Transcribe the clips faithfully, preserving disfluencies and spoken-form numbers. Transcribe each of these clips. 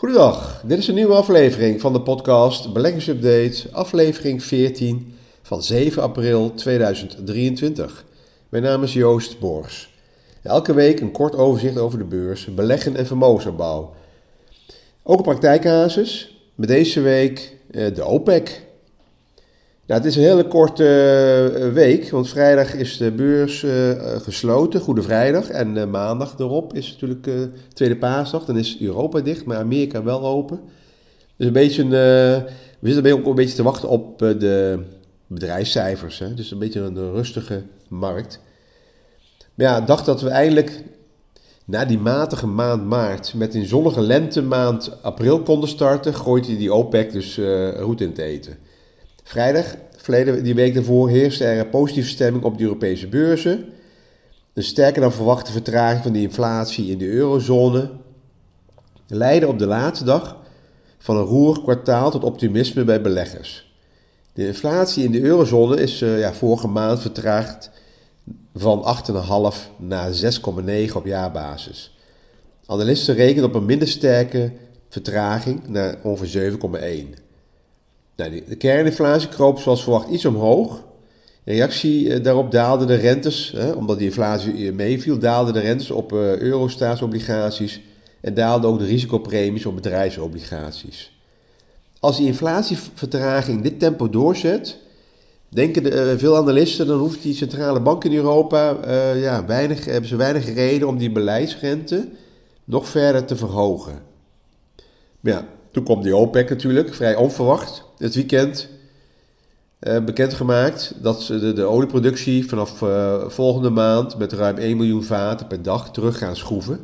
Goedendag, dit is een nieuwe aflevering van de podcast Beleggingsupdate, aflevering veertien van zeven april tweeduizend drieëntwintig. Mijn naam is Joost Borgs. Elke week een kort overzicht over de beurs, beleggen en vermogensopbouw. Ook een praktijkcasus, met deze week eh, de OPEC. Nou, het is een hele korte uh, week, want vrijdag is de beurs uh, gesloten, Goede Vrijdag. En uh, maandag erop is natuurlijk uh, Tweede Paasdag, dan is Europa dicht, maar Amerika wel open. Dus een beetje, uh, we zitten ook een beetje te wachten op uh, de bedrijfscijfers, hè? Dus een beetje een rustige markt. Maar ja, ik dacht dat we eindelijk na die matige maand maart met een zonnige lentemaand april konden starten, gooit hij die OPEC dus uh, roet in het eten. Vrijdag, verleden, die week daarvoor, heerste er een positieve stemming op de Europese beurzen. Een sterker dan verwachte vertraging van de inflatie in de eurozone leidde op de laatste dag van een roerig kwartaal tot optimisme bij beleggers. De inflatie in de eurozone is uh, ja, vorige maand vertraagd van acht komma vijf naar zes komma negen op jaarbasis. Analisten rekenen op een minder sterke vertraging naar ongeveer zeven komma één. Nou, de kerninflatie kroop zoals verwacht iets omhoog. In reactie daarop daalden de rentes, hè, omdat die inflatie meeviel, daalden de rentes op uh, eurostaatsobligaties en daalden ook de risicopremies op bedrijfsobligaties. Als die inflatievertraging dit tempo doorzet, denken de, uh, veel analisten, dan hoeft die centrale bank in Europa, uh, ja, weinig, hebben ze weinig reden om die beleidsrente nog verder te verhogen. Maar ja, toen kwam die OPEC natuurlijk, vrij onverwacht. Het weekend uh, bekendgemaakt dat ze de, de olieproductie vanaf uh, volgende maand met ruim één miljoen vaten per dag terug gaan schroeven.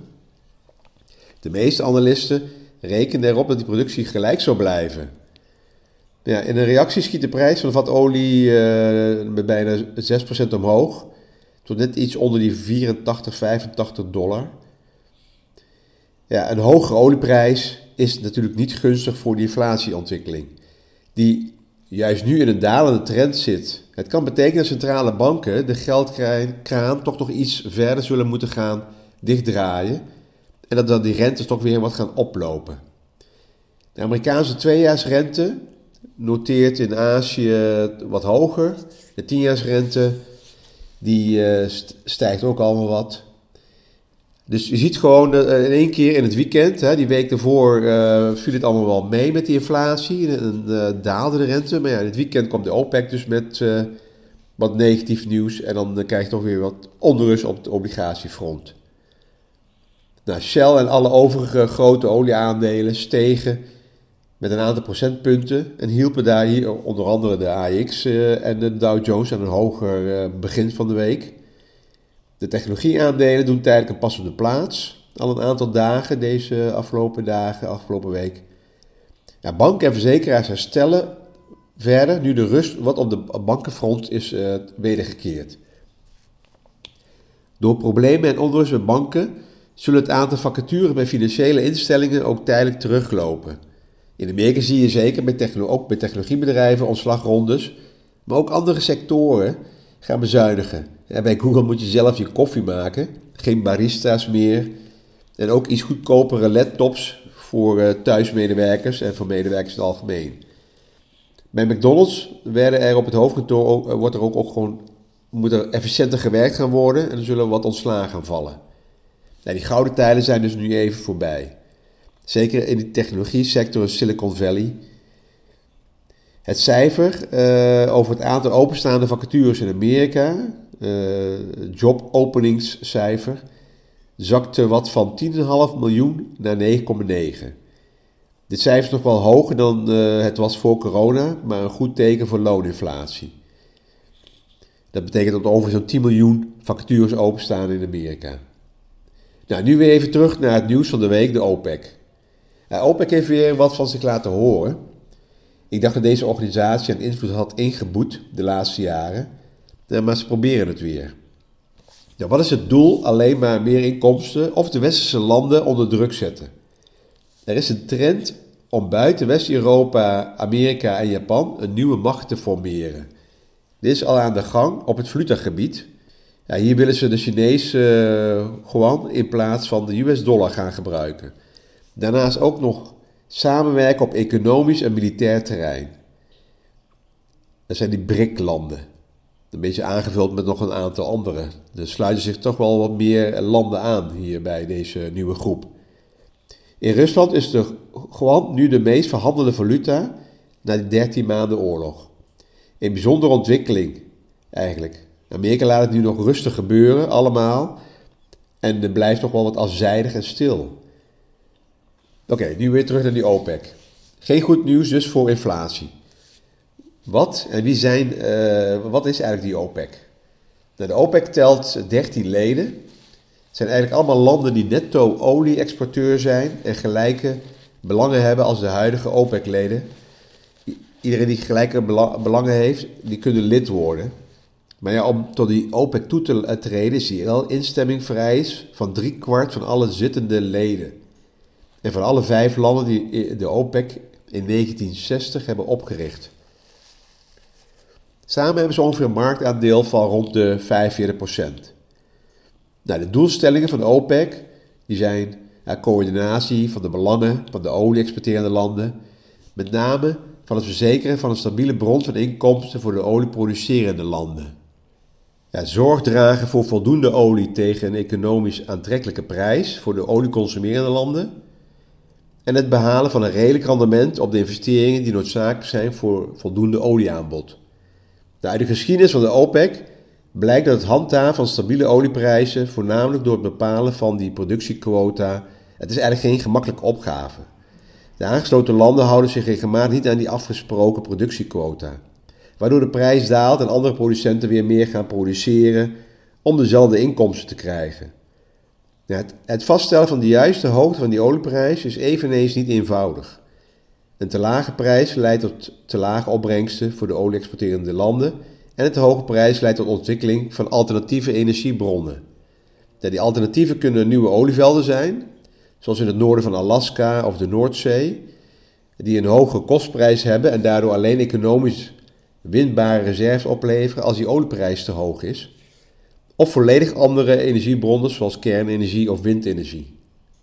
De meeste analisten rekenen erop dat die productie gelijk zou blijven. Ja, in een reactie schiet de prijs van de vat olie uh, met bijna zes procent omhoog, tot net iets onder die vierentachtig, vijfentachtig dollar. Ja, een hogere olieprijs is natuurlijk niet gunstig voor die inflatieontwikkeling, die juist nu in een dalende trend zit. Het kan betekenen dat centrale banken de geldkraan toch nog iets verder zullen moeten gaan dichtdraaien en dat dan die rentes toch weer wat gaan oplopen. De Amerikaanse tweejaarsrente noteert in Azië wat hoger. De tienjaarsrente die uh, stijgt ook allemaal wat. Dus je ziet gewoon uh, in één keer in het weekend, hè, die week daarvoor uh, viel het allemaal wel mee met die inflatie en uh, daalde de rente. Maar ja, in het weekend kwam de OPEC dus met uh, wat negatief nieuws en dan uh, krijg je toch weer wat onrust op het obligatiefront. Nou, Shell en alle overige grote olieaandelen stegen met een aantal procentpunten en hielpen daar hier onder andere de A E X uh, en de Dow Jones aan een hoger uh, begin van de week. De technologieaandelen doen tijdelijk een pas op de plaats. Al een aantal dagen, deze afgelopen dagen, afgelopen week. Ja, banken en verzekeraars herstellen verder, nu de rust wat op de bankenfront is uh, wedergekeerd. Door problemen en onrust bij banken zullen het aantal vacatures bij financiële instellingen ook tijdelijk teruglopen. In Amerika zie je zeker bij techno- ook bij technologiebedrijven ontslagrondes, maar ook andere sectoren gaan bezuinigen. Ja, bij Google moet je zelf je koffie maken, geen barista's meer en ook iets goedkopere laptops voor uh, thuismedewerkers en voor medewerkers in het algemeen. Bij McDonald's werden er op het hoofdkantoor ook, uh, wordt er ook, ook gewoon, moet er efficiënter gewerkt gaan worden en er zullen wat ontslagen gaan vallen. Nou, die gouden tijden zijn dus nu even voorbij. Zeker in de technologie sector in Silicon Valley. Het cijfer uh, over het aantal openstaande vacatures in Amerika, uh, jobopeningscijfer, zakte wat van tien komma vijf miljoen naar negen komma negen. Dit cijfer is nog wel hoger dan uh, het was voor corona, maar een goed teken voor looninflatie. Dat betekent dat er over zo'n tien miljoen vacatures openstaan in Amerika. Nou, nu weer even terug naar het nieuws van de week, de OPEC. Uh, OPEC heeft weer wat van zich laten horen. Ik dacht dat deze organisatie aan invloed had ingeboet de laatste jaren, maar ze proberen het weer. Nou, wat is het doel? Alleen maar meer inkomsten of de westerse landen onder druk zetten. Er is een trend om buiten West-Europa, Amerika en Japan een nieuwe macht te formeren. Dit is al aan de gang op het valutagebied. Ja, hier willen ze de Chinese uh, yuan in plaats van de U S dollar gaan gebruiken. Daarnaast ook nog samenwerken op economisch en militair terrein. Dat zijn die B R I C-landen. Een beetje aangevuld met nog een aantal andere. Er sluiten zich toch wel wat meer landen aan hier bij deze nieuwe groep. In Rusland is de yuan nu de meest verhandelde valuta na die dertien maanden oorlog. Een bijzondere ontwikkeling eigenlijk. Amerika laat het nu nog rustig gebeuren, allemaal. En er blijft nog wel wat afzijdig en stil. Oké, okay, nu weer terug naar die OPEC. Geen goed nieuws dus voor inflatie. Wat en wie zijn, uh, wat is eigenlijk die OPEC? Nou, de OPEC telt dertien leden. Het zijn eigenlijk allemaal landen die netto olie-exporteur zijn en gelijke belangen hebben als de huidige OPEC-leden. Iedereen die gelijke belangen heeft, die kunnen lid worden. Maar ja, om tot die OPEC toe te treden is die wel instemming vereist van drie kwart van alle zittende leden. En van alle vijf landen die de OPEC in negentien zestig hebben opgericht. Samen hebben ze ongeveer een marktaandeel van rond de vijfenveertig procent. Nou, de doelstellingen van de OPEC die zijn ja, coördinatie van de belangen van de olie-exporterende landen. Met name van het verzekeren van een stabiele bron van inkomsten voor de olieproducerende landen. Ja, zorg dragen voor voldoende olie tegen een economisch aantrekkelijke prijs voor de olieconsumerende landen. En het behalen van een redelijk rendement op de investeringen die noodzakelijk zijn voor voldoende olieaanbod. Nou, uit de geschiedenis van de OPEC blijkt dat het handhaven van stabiele olieprijzen, voornamelijk door het bepalen van die productiequota, het is eigenlijk geen gemakkelijke opgave. De aangesloten landen houden zich regelmatig niet aan die afgesproken productiequota, waardoor de prijs daalt en andere producenten weer meer gaan produceren om dezelfde inkomsten te krijgen. Ja, het, het vaststellen van de juiste hoogte van die olieprijs is eveneens niet eenvoudig. Een te lage prijs leidt tot te lage opbrengsten voor de olie-exporterende landen en een te hoge prijs leidt tot ontwikkeling van alternatieve energiebronnen. Ja, die alternatieven kunnen nieuwe olievelden zijn, zoals in het noorden van Alaska of de Noordzee, die een hoge kostprijs hebben en daardoor alleen economisch winbare reserves opleveren als die olieprijs te hoog is. Of volledig andere energiebronnen zoals kernenergie of windenergie.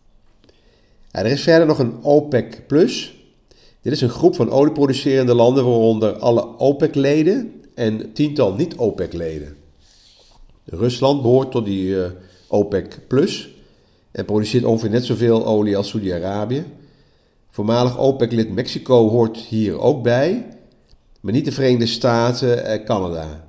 Ja, er is verder nog een OPEC plus. Dit is een groep van olieproducerende landen waaronder alle OPEC-leden en tiental niet-OPEC-leden. Rusland behoort tot die uh, OPEC plus en produceert ongeveer net zoveel olie als Saudi-Arabië. Voormalig OPEC-lid Mexico hoort hier ook bij, maar niet de Verenigde Staten en Canada.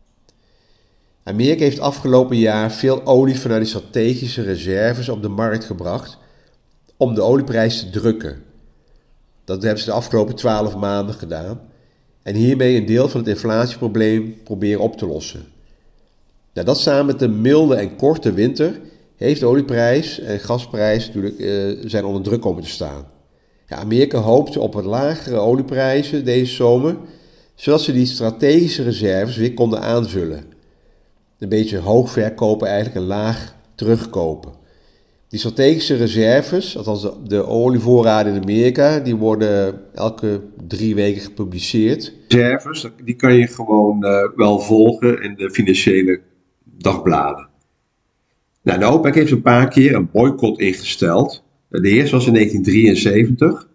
Amerika heeft afgelopen jaar veel olie vanuit de strategische reserves op de markt gebracht om de olieprijs te drukken. Dat hebben ze de afgelopen twaalf maanden gedaan en hiermee een deel van het inflatieprobleem proberen op te lossen. Nou, dat samen met de milde en korte winter heeft de olieprijs en gasprijs natuurlijk uh, zijn onder druk komen te staan. Ja, Amerika hoopt op wat lagere olieprijzen deze zomer, zodat ze die strategische reserves weer konden aanvullen. Een beetje hoog verkopen eigenlijk en laag terugkopen. Die strategische reserves, althans de, de olievoorraden in Amerika, die worden elke drie weken gepubliceerd. Reserves, die kan je gewoon uh, wel volgen in de financiële dagbladen. Nou, de OPEC heeft een paar keer een boycott ingesteld. De eerste was in negentien drieënzeventig.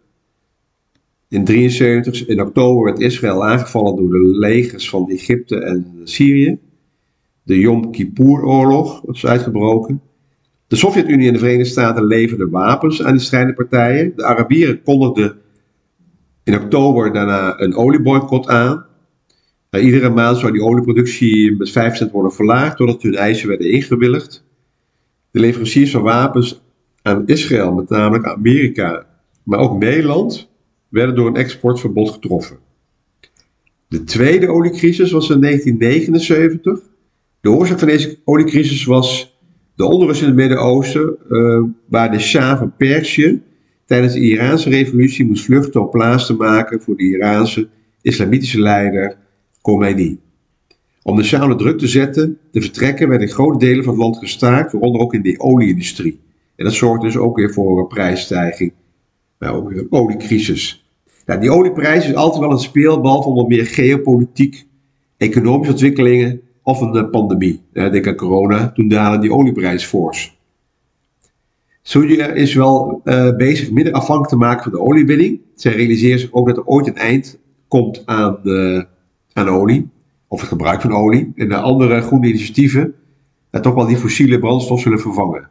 In negentien drieënzeventig, in oktober, werd Israël aangevallen door de legers van Egypte en Syrië. De Yom Kippur-oorlog was uitgebroken. De Sovjet-Unie en de Verenigde Staten leverden wapens aan die strijdende partijen. De Arabieren kondigden in oktober daarna een olieboycott aan. Nou, iedere maand zou die olieproductie met vijf procent worden verlaagd, doordat hun eisen werden ingewilligd. De leveranciers van wapens aan Israël, met name Amerika, maar ook Nederland, werden door een exportverbod getroffen. De tweede oliecrisis was in negentien negenenzeventig. De oorzaak van deze oliecrisis was de onrust in het Midden-Oosten, uh, waar de Shah van Perzië tijdens de Iraanse revolutie moest vluchten om plaats te maken voor de Iraanse islamitische leider Khomeini. Om de Shah onder druk te zetten, te vertrekken, werden in grote delen van het land gestaakt, waaronder ook in de olieindustrie. En dat zorgde dus ook weer voor een prijsstijging, nou, ook weer een oliecrisis. Nou, die olieprijs is altijd wel een speelbal van wat meer geopolitiek, economische ontwikkelingen of een pandemie. Denk aan corona, toen daalde die olieprijs fors. Saudi is wel uh, bezig minder afhankelijk te maken van de oliewinning. Zij realiseren zich ook dat er ooit een eind komt aan, uh, aan olie. Of het gebruik van olie. En de andere groene initiatieven uh, toch wel die fossiele brandstof zullen vervangen.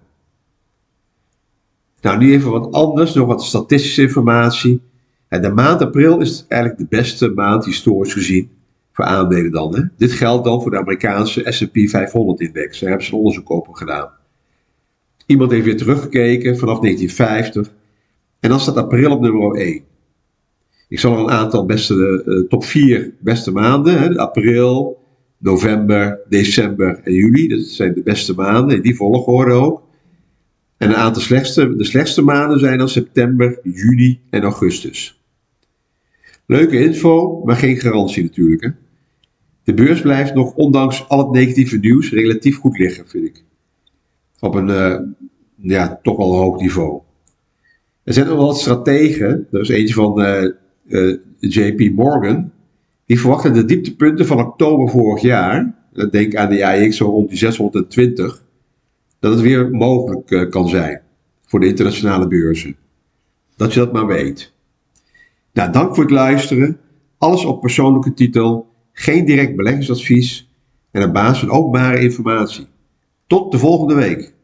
Nou, nu even wat anders. Nog wat statistische informatie. Uh, de maand april is eigenlijk de beste maand historisch gezien. Voor aandelen dan. Hè? Dit geldt dan voor de Amerikaanse S en P vijfhonderd index. Daar hebben ze een onderzoek over gedaan. Iemand heeft weer teruggekeken vanaf negentien vijftig. En dan staat april op nummer één. Ik zal er een aantal beste, uh, top vier beste maanden. Hè, april, november, december en juli. Dat zijn de beste maanden. In die volgorde ook. En een aantal slechtste, de slechtste maanden zijn dan september, juni en augustus. Leuke info, maar geen garantie natuurlijk. Hè. De beurs blijft nog ondanks al het negatieve nieuws relatief goed liggen, vind ik. Op een uh, ja, toch wel hoog niveau. Er zijn nog wel wat strategen. Er is eentje van uh, uh, J P Morgan. Die verwachten de dieptepunten van oktober vorig jaar. Denk aan de A E X zo rond die zeshonderdtwintig. Dat het weer mogelijk uh, kan zijn. Voor de internationale beurzen. Dat je dat maar weet. Nou, dank voor het luisteren. Alles op persoonlijke titel. Geen direct beleggingsadvies. En op basis van openbare informatie. Tot de volgende week.